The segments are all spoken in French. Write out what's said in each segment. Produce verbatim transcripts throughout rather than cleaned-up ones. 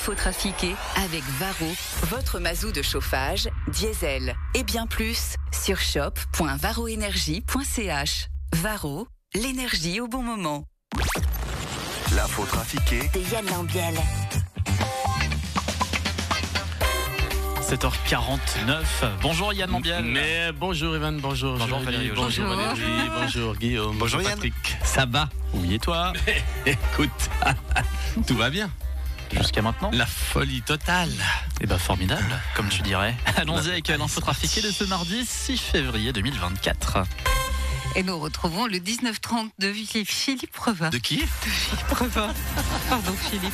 L'info trafiquée avec Varro, votre mazou de chauffage, diesel et bien plus sur shop point varroénergie point c h. Varro, l'énergie au bon moment. L'info trafiquée de Yann Lambiel. sept heures quarante-neuf. Bonjour Yann Lambiel. Mais bonjour Evan, bonjour. Bonjour Valérie. Bonjour Valérie, bonjour Guillaume. Bonjour Yann. Patrick. Ça va? Oui, et toi? Écoute, tout va bien. Jusqu'à maintenant? La folie totale. Eh ben formidable, comme tu dirais. Allons-y avec l'info trafiquée de ce mardi six février deux mille vingt-quatre. Et nous retrouvons le dix-neuf trente de Philippe Revin. De qui? De Philippe Revin. Pardon Philippe.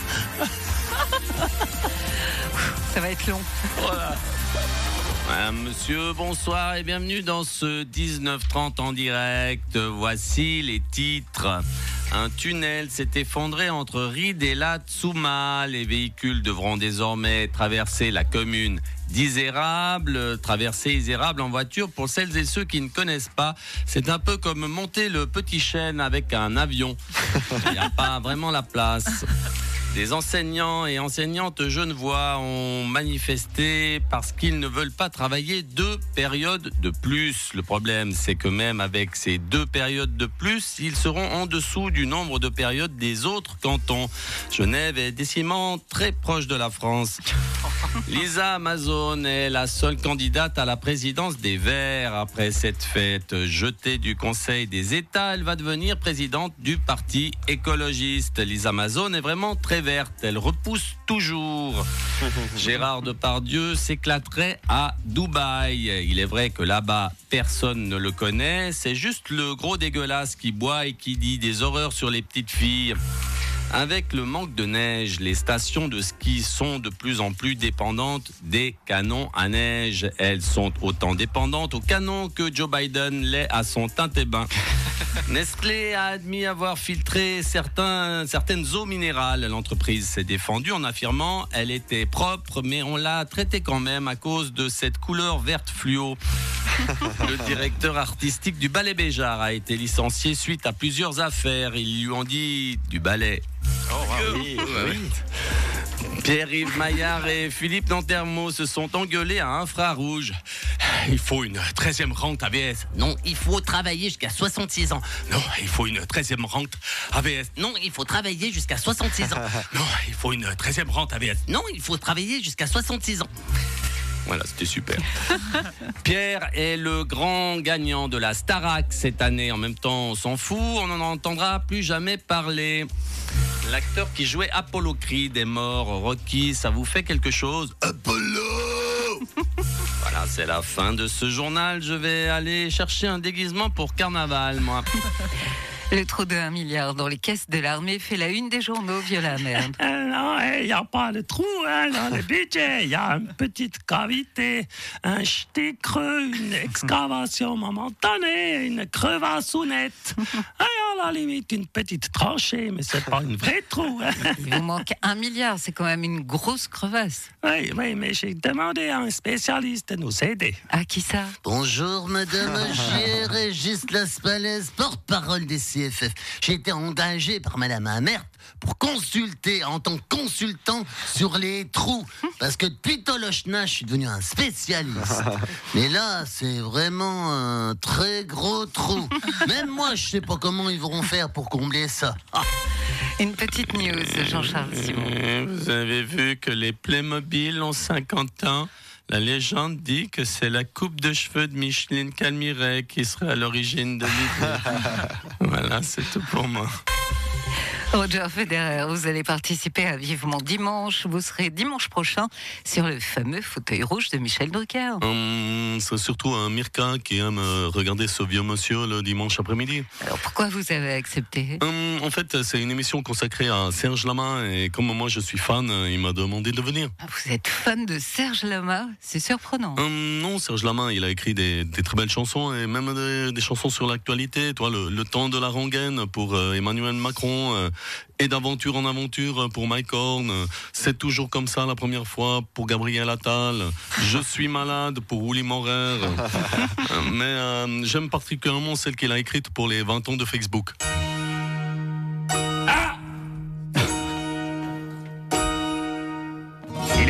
Ça va être long. Voilà. Voilà, monsieur, bonsoir et bienvenue dans ce dix-neuf trente en direct. Voici les titres. Un tunnel s'est effondré entre Ried et La Tsouma. Les véhicules devront désormais traverser la commune d'Isérable. Traverser Isérable en voiture, pour celles et ceux qui ne connaissent pas, c'est un peu comme monter le Petit Chêne avec un avion. Il n'y a pas vraiment la place. Des enseignants et enseignantes genevois ont manifesté parce qu'ils ne veulent pas travailler deux périodes de plus. Le problème, c'est que même avec ces deux périodes de plus, ils seront en dessous du nombre de périodes des autres cantons. Genève est décidément très proche de la France. Lisa Amazon est la seule candidate à la présidence des Verts. Après cette fête jetée du Conseil des États, elle va devenir présidente du Parti écologiste. Lisa Amazon est vraiment très verte, elle repousse toujours. Gérard Depardieu s'éclaterait à Dubaï. Il est vrai que là-bas, personne ne le connaît. C'est juste le gros dégueulasse qui boit et qui dit des horreurs sur les petites filles. Avec le manque de neige, les stations de ski sont de plus en plus dépendantes des canons à neige. Elles sont autant dépendantes aux canons que Joe Biden l'est à son teint-et-bain. Nestlé a admis avoir filtré certains, certaines eaux minérales. L'entreprise s'est défendue en affirmant qu'elle était propre, mais on l'a traitée quand même à cause de cette couleur verte fluo. Le directeur artistique du Ballet Béjart a été licencié suite à plusieurs affaires. Ils lui ont dit du ballet. Oh, wow. oui, oui. Pierre-Yves Maillard et Philippe Nantermo se sont engueulés à Infrarouge. Il faut une treizième rente A V S. Non, il faut travailler jusqu'à soixante-six ans. Non, il faut une treizième rente A V S. Non, il faut travailler jusqu'à soixante-six ans. Non, il faut une treizième rente A V S. Non, il faut travailler jusqu'à soixante-six ans. Voilà, c'était super. Pierre est le grand gagnant de la Starac cette année. En même temps, on s'en fout, on n'en entendra plus jamais parler. L'acteur qui jouait Apollo Creed est mort. Rocky, ça vous fait quelque chose? Apollo! Voilà, c'est la fin de ce journal. Je vais aller chercher un déguisement pour carnaval, moi. Le trou de un milliard dans les caisses de l'armée fait la une des journaux. Viola merde. Non, il n'y a pas de trou hein, dans le budget. Il y a une petite cavité, un ch'ti creux, une excavation momentanée, une crevassounette. Et à la limite, une petite tranchée, mais c'est pas une vraie trou. Hein. Il vous manque un milliard, c'est quand même une grosse crevasse. Oui, oui, mais j'ai demandé à un spécialiste de nous aider. À qui ça? Bonjour, madame. J'ai Régis Laspalès, porte-parole des C F F. J'ai été engagé par madame Amert pour consulter en tant que consultant sur les trous. Parce que depuis Tolochna, je suis devenu un spécialiste. Mais là, c'est vraiment un très gros trou. Même moi, je sais pas comment ils vont faire pour combler ça. Ah. Une petite news, Jean-Charles Simon. Vous avez vu que les Playmobil ont cinquante ans. La légende dit que c'est la coupe de cheveux de Micheline Calmiret qui serait à l'origine de l'idée. Voilà, c'est tout pour moi. Roger Federer, vous allez participer à Vivement Dimanche. Vous serez dimanche prochain sur le fameux fauteuil rouge de Michel Drucker. Hum, c'est surtout un Mirka qui aime regarder ce vieux monsieur le dimanche après-midi. Alors pourquoi vous avez accepté? hum, En fait, c'est une émission consacrée à Serge Lama et comme moi je suis fan, il m'a demandé de venir. Vous êtes fan de Serge Lama? C'est surprenant. Hum, non, Serge Lama, il a écrit des, des très belles chansons et même des, des chansons sur l'actualité. Toi, le, le temps de la rengaine pour euh, Emmanuel Macron. Euh, Et d'aventure en aventure pour Mike Horn. C'est toujours comme ça la première fois pour Gabriel Attal. Je suis malade pour Uli Maurer. Mais euh, j'aime particulièrement celle qu'il a écrite pour les vingt ans de Facebook.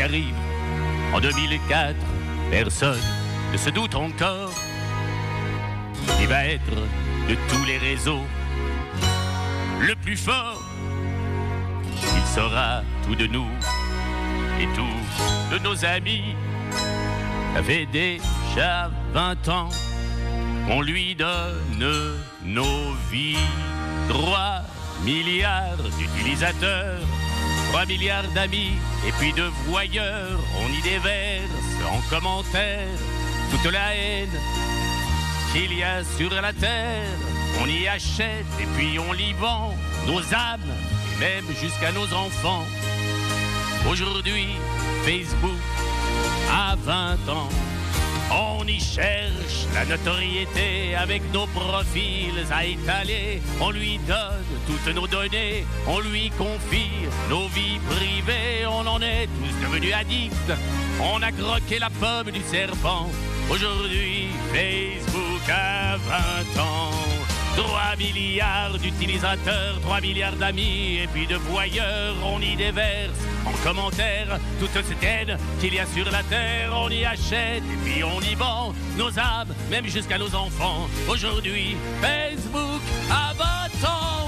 qui arrive en deux mille quatre, personne ne se doute encore. Il va être de tous les réseaux le plus fort. Il saura tout de nous et tout de nos amis. Ça fait déjà vingt ans qu'on lui donne nos vies. Trois milliards d'utilisateurs, trois milliards d'amis et puis de voyeurs. On y déverse en commentaire toute la haine qu'il y a sur la terre. On y achète et puis on y vend nos âmes et même jusqu'à nos enfants. Aujourd'hui, Facebook a vingt ans. On y cherche la notoriété avec nos profils à étaler. On lui donne toutes nos données, on lui confie nos vies privées. On en est tous devenus addicts, on a croqué la pomme du serpent. Aujourd'hui, Facebook a vingt ans. trois milliards d'utilisateurs, trois milliards d'amis et puis de voyeurs. On y déverse en commentaire toute cette haine qu'il y a sur la terre. On y achète et puis on y vend nos âmes, même jusqu'à nos enfants. Aujourd'hui, Facebook a vingt ans.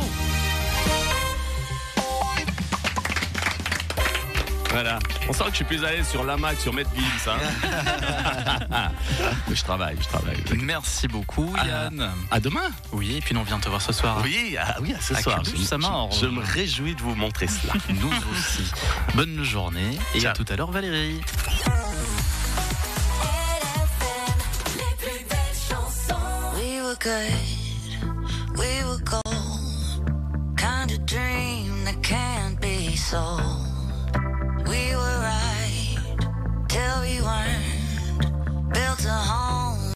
Voilà, on sent que je suis plus à l'aise sur l'A M A que sur Medville, ça. Mais je travaille, je travaille. Merci beaucoup, Yann. À, à demain. Oui, et puis nous on vient te voir ce soir. Oui, à, oui, à ce à soir. Culbus, Je, ça mord. je, je me réjouis de vous montrer cela. Nous aussi. Bonne journée et Ciao. à tout à l'heure, Valérie. We were good, we were gold, kind of dream that can't be sold.